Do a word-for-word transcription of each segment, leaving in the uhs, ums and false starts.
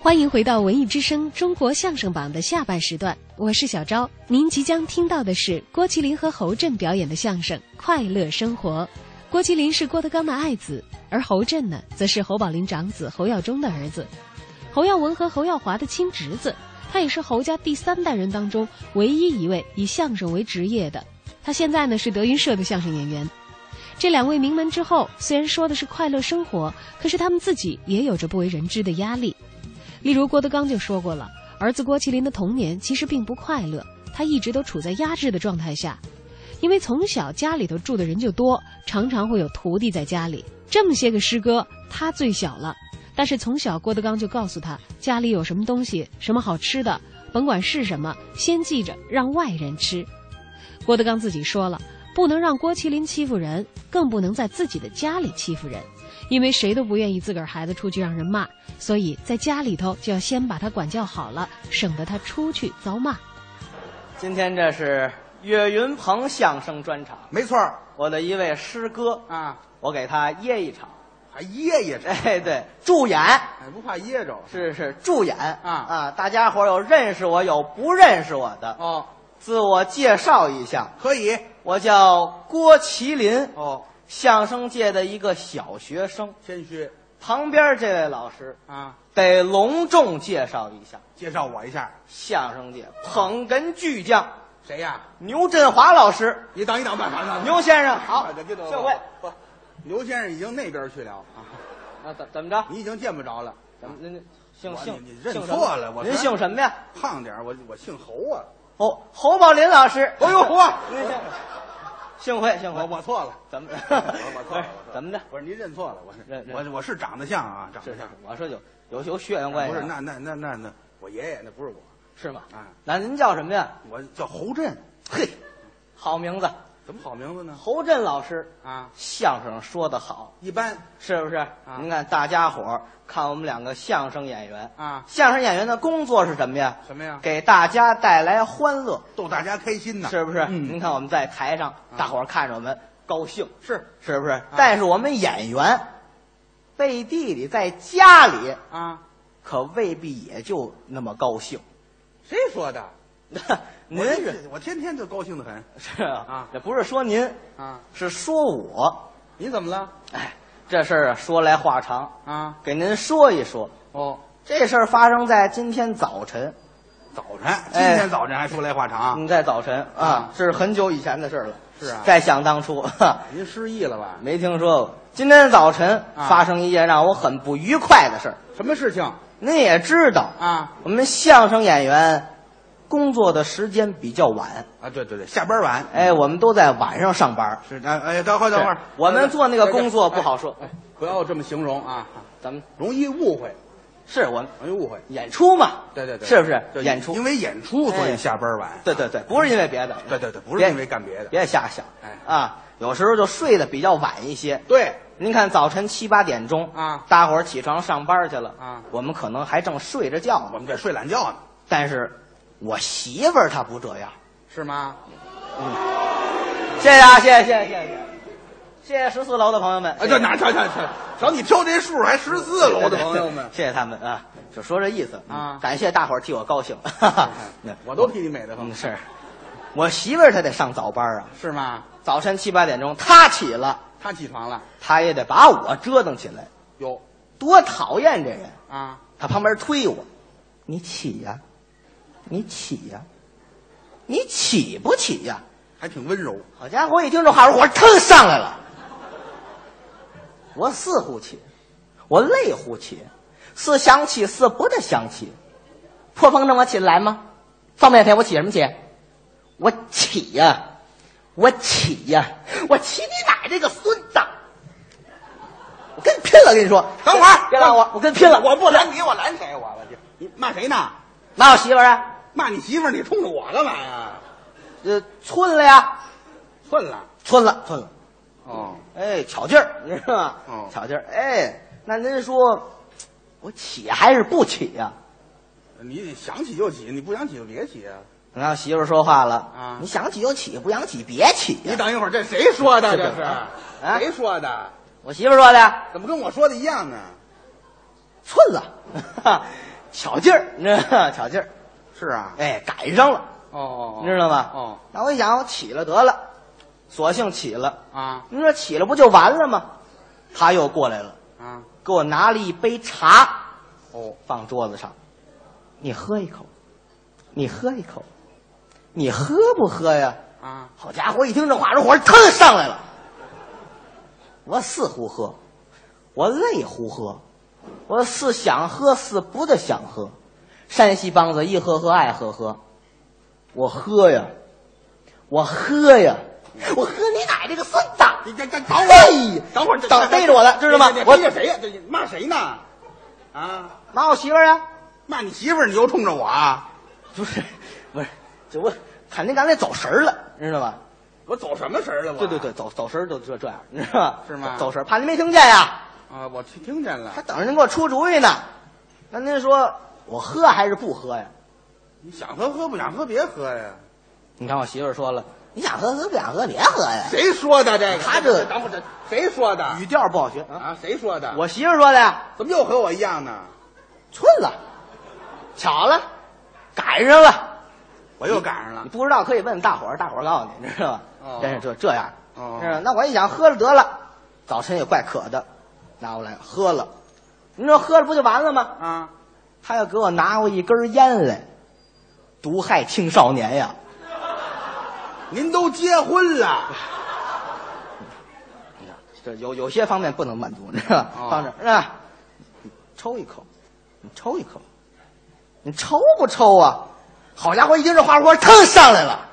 欢迎回到文艺之声中国相声榜的下半时段，我是小昭。您即将听到的是郭麒麟和侯震表演的相声《快乐生活》。郭麒麟是郭德纲的爱子，而侯震呢，则是侯宝林长子侯耀中的儿子，侯耀文和侯耀华的亲侄子。他也是侯家第三代人当中唯一一位以相声为职业的。他现在呢是德云社的相声演员。这两位名门之后，虽然说的是快乐生活，可是他们自己也有着不为人知的压力。例如郭德纲就说过了，儿子郭麒麟的童年其实并不快乐，他一直都处在压制的状态下。因为从小家里头住的人就多，常常会有徒弟在家里，这么些个师哥，他最小了。但是从小郭德纲就告诉他，家里有什么东西，什么好吃的，甭管是什么，先记着让外人吃。郭德纲自己说了，不能让郭麒麟欺负人，更不能在自己的家里欺负人，因为谁都不愿意自个儿孩子出去让人骂，所以在家里头就要先把他管教好了，省得他出去遭骂。 今天这是岳云鹏相声专场， 没错， 我的一位师哥啊， 我给他噎一场， 还噎一场， 哎，对，助演， 哎，不怕噎着， 是是助演啊啊！大家伙有认识我，有不认识我的哦。 自我介绍一下， 可以， 我叫郭麒麟， 哦， 相声界的一个小学生。 谦虚旁边这位老师啊， 得隆重介绍一下， 介绍我一下， 相声界捧哏巨匠谁呀？ 牛振华老师。 你等一等，慢慢牛先生好， 社会不，牛先生已经那边去了啊。 啊，怎怎么着？ 你已经见不着了。 怎么您姓姓？ 你认错了，我您姓什么呀？ 胖点，我我姓侯啊。 侯侯宝林老师。 哎呦嚯！ 幸会幸会， 我我错了， 怎么？ 我错了， 怎么的？ 不是您认错了，我认我我是长得像啊，长得像。 我说有有有血缘关系。 不是，那那那那那，我爷爷那不是我， 是吗？ 啊， 那您叫什么呀？ 我叫侯震。 嘿，好名字。 怎么好名字呢？ 侯震老师啊， 相声说得好， 一般是不是？ 啊， 您看大家伙儿看我们两个相声演员啊， 相声演员的工作是什么呀？ 什么呀？ 给大家带来欢乐， 逗大家开心呢， 是不是？ 嗯， 您看我们在台上，啊、大伙儿看着我们高兴， 是是不是？ 啊、 但是我们演员背地里在家里啊， 可未必也就那么高兴。 谁说的？ 您是我天天就高兴得很。 是啊， 啊， 这不是说您啊， 是说我。 你怎么了？ 哎，这事儿啊说来话长啊， 给您说一说。 哦， 这事儿发生在今天早晨。 早晨，今天早晨还说来话长。 你在早晨啊，是很久以前的事儿了。 是啊， 在想当初， 您失忆了吧？ 没听说过。今天早晨发生一件让我很不愉快的事儿。 什么事情？ 您也知道啊， 我们相声演员工作的时间比较晚啊，对对对，下班晚。 哎，我们都在晚上上班。 是啊，哎，等会儿等会儿， 我们做那个工作不好说， 哎，不要这么形容啊， 咱们容易误会。 是我们容易误会， 演出嘛， 对对对， 是不是演出？ 因为演出所以下班晚。 对对对，不是因为别的。 对对对，不是因为干别的。 别瞎想， 哎啊，有时候就睡得比较晚一些。 对， 您看早晨七八点钟啊， 大伙儿起床上班去了啊， 我们可能还正睡着觉呢， 我们这睡懒觉呢。 但是我媳妇儿她不这样， 是吗？ 嗯，谢谢啊，谢谢谢谢谢谢。谢谢十四楼的朋友们， 哎，这哪瞧瞧瞧，瞧你挑这数还十四楼的朋友们， 谢谢他们啊，就说这意思啊， 感谢大伙儿替我高兴， 我都替你美的很。 是，我媳妇儿她得上早班啊， 是吗？ 早晨七八点钟她起了， 她起床了， 她也得把我折腾起来， 哟， 多讨厌这人啊！ 她旁边推我，你起呀，你起呀，你起不起呀？ 还挺温柔。 好家伙，一听这话，我腾上来了。我似乎起，我累乎起，是想起是不得想起。破风筝我起得来吗？放半天我起什么起？我起呀，我起呀，我起你奶这个孙子！我跟你拼了！跟你说， 等会儿别拦我，我跟你拼了！ 我不拦你，我拦谁？我我你骂谁呢？ 骂我媳妇儿啊？ 骂你媳妇儿，你冲着我干嘛呀？ 呃，寸了呀， 寸了， 寸了，寸了。 哦， 哎，巧劲儿，你知道吗？ 哦， 巧劲儿。哎，那您说，我起还是不起呀、 啊？你想起就起，你不想起就别起啊。 你看媳妇儿说话了啊， 你想起就起，不想起别起、啊。 你等一会儿，这谁说的？这是啊？ 谁说的？ 我媳妇儿说的。 怎么跟我说的一样呢？ 寸了， 巧劲儿，你知道吗？巧劲儿， 是啊， 哎，赶上了， 哦， 你知道吗？ 哦， 那我一想，我起了得了，索性起了啊， 你说起了不就完了吗？他又过来了， 啊， 给我拿了一杯茶， 哦， 放桌子上，你喝一口，你喝一口，你喝不喝呀？ 啊， 好家伙！一听这话，这火腾上来了。我似乎喝，我累乎喝，我是想喝是不的想喝。山西梆子一喝喝爱喝喝，我喝呀，我喝呀，我喝你奶奶个孙子！ 你这这等会儿，等会儿， 等逮着我了，知道吗？我逮着谁呀？这骂谁呢？啊， 骂我媳妇儿啊？ 骂你媳妇儿，你又冲着我啊？ 不是，不是，就我看您刚才走神儿了，知道吗？ 我走什么神了？我对对对，走走神儿就这这样，你知道吗？ 是吗？ 走神儿，怕您没听见呀？ 啊，我听听见了。 还等着您给我出主意呢。那您说我喝还是不喝呀？ 你想喝喝，不想喝别喝呀。 你看我媳妇儿说了，你想喝喝，不想喝别喝呀。 谁说的这个？ 他这等会儿，这谁说的？ 语调不好学啊！ 啊，谁说的？ 我媳妇儿说的呀。 怎么又和我一样呢？ 寸了，巧了，赶上了。 我又赶上了你。不知道可以问大伙儿，大伙儿告诉你，知道吧？ 哦真是这这样。 哦是吧那我一想，喝了得了，早晨也怪渴的，拿过来喝了。你说喝了不就完了吗？ 啊， 他要给我拿过一根烟来，毒害青少年呀！ 您都结婚了， 这有有些方面不能满足，你知道吧？ 哦放这儿是吧？你抽一口，你抽一口，你抽不抽啊？好家伙，一听这话，我腾上来了。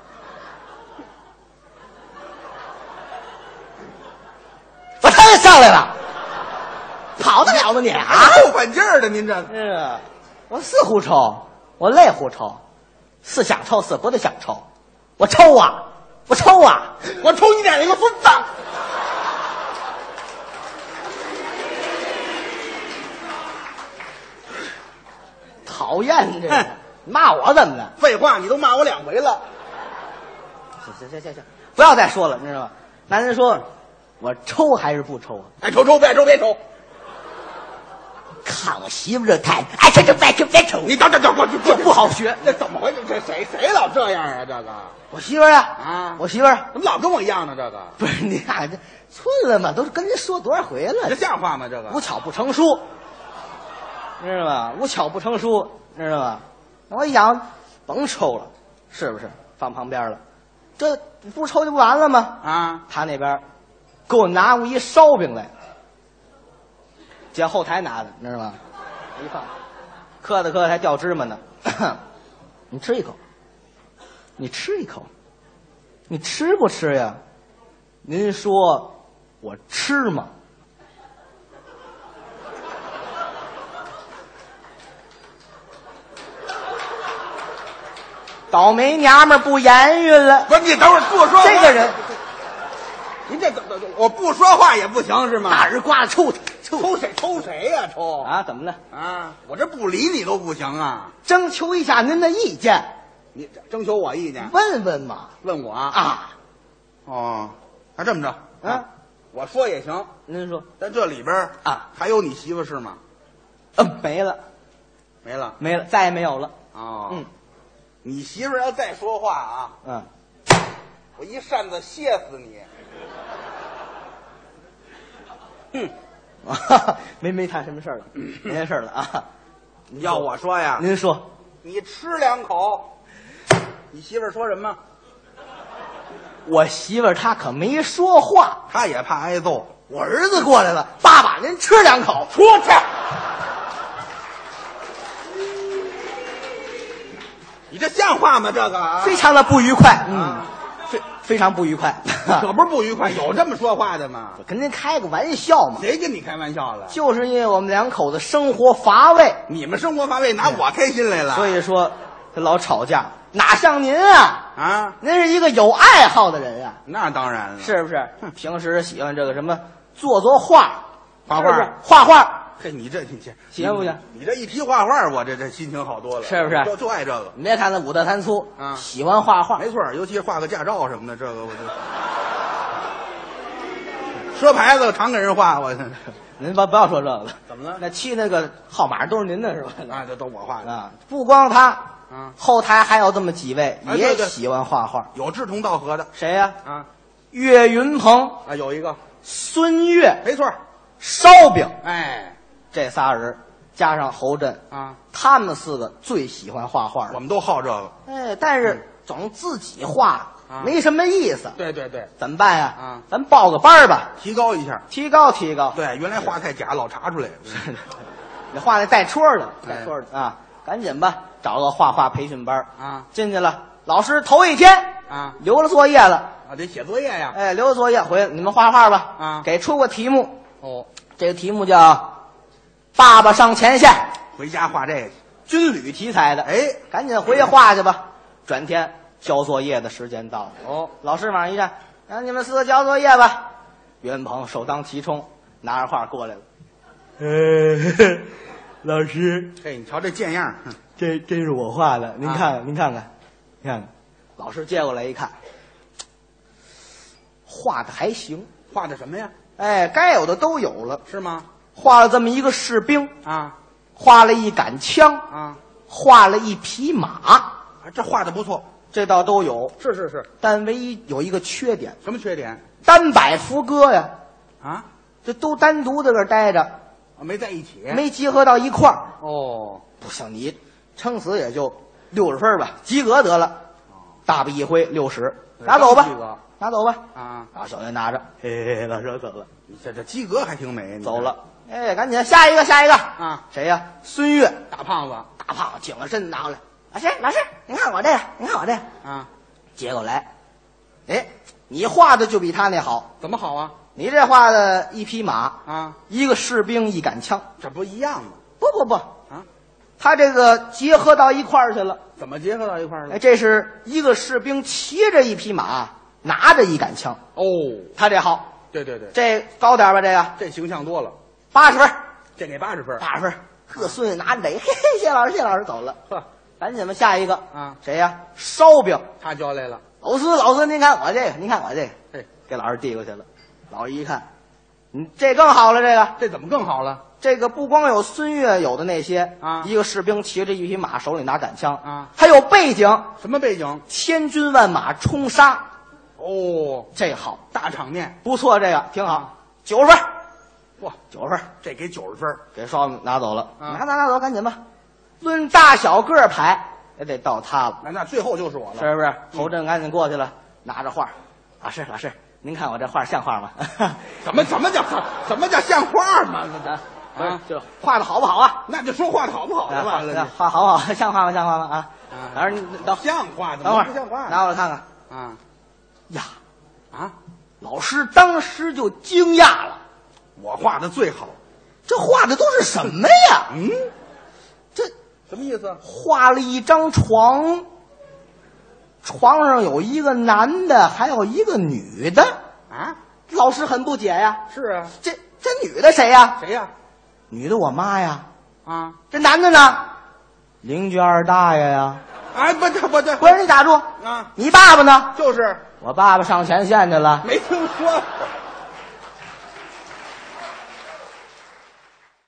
我腾上来了，跑得了吗你啊？ 够反劲儿的，您这是，我是胡抽，我累胡抽，是想抽是不得想抽，我抽啊，我抽啊， 我抽你奶奶个孙子！ 讨厌这个哼， 骂我怎么了？ 废话，你都骂我两回了。 行行行行行，不要再说了，你知道吗？男人说，我抽还是不抽啊？ 爱抽抽，别抽别抽。 看我媳妇这态度，爱抽抽，别抽别抽。 你等等等，我这这不好学。 这怎么回事？这谁谁老这样啊？这个我媳妇儿啊， 啊我媳妇儿怎么老跟我一样呢？这个不是你看这寸了嘛，都是跟您说多少回了， 这像话吗？这个无巧不成书，知道吧？无巧不成书，知道吧？我一想，甭抽了，是不是？放旁边了，这不抽就不完了吗？ 啊， 他那边给我拿过一烧饼来，捡后台拿的，你知道吗？一放，磕的磕的还掉芝麻呢。你吃一口，你吃一口，你吃不吃呀？您说我吃吗？倒霉娘们儿不言语了。 不是你等会儿不说话这个人， 您这怎么我不说话也不行是吗？ 大耳刮子抽他，抽抽谁抽谁呀、抽啊？怎么了？ 啊！我这不理你都不行啊！ 征求一下您的意见， 你征求我意见， 问问嘛。 问我啊？ 啊， 哦，那这么着啊， 我说也行， 您说但这里边啊还有你媳妇是吗？ 呃，没了， 没了。 没了，再也没有了。 哦， 嗯你媳妇要再说话啊， 嗯， 我一扇子歇死你！嗯， 啊，没没谈什么事儿了，没那事儿了啊。 要我说呀， 您说， 你吃两口。你媳妇说什么？ 我媳妇儿她可没说话， 她也怕挨揍。 我儿子过来了，爸爸您吃两口， 出去！你这像话吗？这个啊， 非常的不愉快，嗯啊， 非非常不愉快。 可不是不愉快，有这么说话的吗？ 跟您开个玩笑嘛， 谁跟你开玩笑了？ 就是因为我们两口子生活乏味， 你们生活乏味，拿我开心来了。 所以说他老吵架，哪像您啊？ 啊， 您是一个有爱好的人啊， 那当然了。 是不是？平时喜欢这个什么做做画， 画画是不是画画， 嘿，你这你这喜欢不行？ 你这一提画画，我这这心情好多了， 是不是就就爱这个。 你别看他五大三粗啊喜欢画画， 没错，尤其画个驾照什么的，这个我就。赊牌子常给人画，我您不不要说这个了。 怎么了？ 那漆那个号码都是您的是吧？ 啊，这都我画的啊，不光他， 啊， 后台还有这么几位哎对对也喜欢画画。 有志同道合的谁呀？ 啊岳云鹏、 啊，有一个孙越、 没错。 烧饼， 哎这仨人加上侯震， 啊， 他们四个最喜欢画画了。 我们都好这个。 哎，但是总自己画啊没什么意思， 对对对， 怎么办呀？ 啊咱报个班儿吧， 提高一下。 提高提高。 对，原来画太假，老查出来。 你画那带戳的， 哎带戳的啊，赶紧吧，找个画画培训班儿啊进去了。老师头一天啊留了作业了， 啊，得写作业呀。 哎，留了作业回来你们画画吧。 啊给出个题目， 哦， 这个题目叫《爸爸上前线》， 回家画这个去。 军旅题材的。 哎， 赶紧回去画去吧。转天交作业的时间到了， 哦， 老师往上一站，让你们四个交作业吧。岳云鹏首当其冲，拿着画过来了。呃，老师， 嘿，你瞧这贱样儿，哼这这是我画的，您啊看看，您看看，您看看。老师接过来一看，画的还行， 画的什么呀？ 哎，该有的都有了。 是吗？ 画了这么一个士兵， 啊画了一杆枪， 啊， 画了一匹马， 啊这画的不错。 这倒都有。 是是是， 但唯一有一个缺点， 什么缺点？ 单摆福歌呀， 啊， 这都单独在这儿待着， 没在一起。 没结合到一块儿。 哦， 不像你，撑死也就六十分吧，及格得了。大笔一挥，六十，拿走吧及格， 拿走吧。 啊， 把手也拿着，嘿嘿嘿，老师我走了， 你这这及格还挺美。你走了。哎，赶紧下一个，下一个啊， 谁呀？孙越， 大胖子大胖子挺了身拿过来。老师，老师，您看我这个，您看我这个， 啊， 接过来。哎，你画的就比他那好。 怎么好啊？ 你这画的一匹马， 啊， 一个士兵，一杆枪。 这不一样吗？ 不不不， 啊， 他这个结合到一块儿去了。 怎么结合到一块儿了？ 哎，这是一个士兵骑着一匹马，拿着一杆枪。 哦， 他这好， 对对对， 这高点吧？这个这形象多了， 八十分， 这给八十分。 八十分。呵，孙越拿着这个，嘿嘿，谢老师，谢老师走了。 呵， 赶紧吧，下一个啊， 谁呀？烧饼。 他交来了。 老师，老师，您看我这个，您看我这个， 嘿， 给老师递过去了。老师一看，嗯，这更好了，这个。 这怎么更好了？ 这个不光有孙越有的那些啊一个士兵骑着一匹马，手里拿杆枪啊， 还有背景， 什么背景？ 千军万马冲杀， 哦， 这好， 大场面。 不错，这个挺好，九十分， 哇， 九十分， 这给九十分。 给烧拿走了， 啊拿拿拿走，赶紧吧。论大小个儿排，也得到他了， 那那最后就是我了。 是不是？侯震赶紧过去了，拿着画，老师，老师，您看我这画像画吗？ 怎么怎么叫怎么叫像画嘛？ 啊，不啊是，就画的好不好啊？ 那就说画的好不好就完了。 画好不好？像画吗？像画吗？啊！ 啊老师，你等像画的， 等会儿， 不像画拿过来看看。 啊呀， 啊！ 老师当时就惊讶了， 我画的最好。 这画的都是什么呀？ 嗯， 这什么意思？ 画了一张床，床上有一个男的，还有一个女的。 啊？ 老师很不解呀， 是啊， 这这女的谁呀？ 谁呀？ 女的我妈呀。 啊？ 这男的呢？邻居二大爷呀。 哎，不对不对， 不是你打住啊！ 你爸爸呢？ 就是我爸爸上前线去了。 没听说过。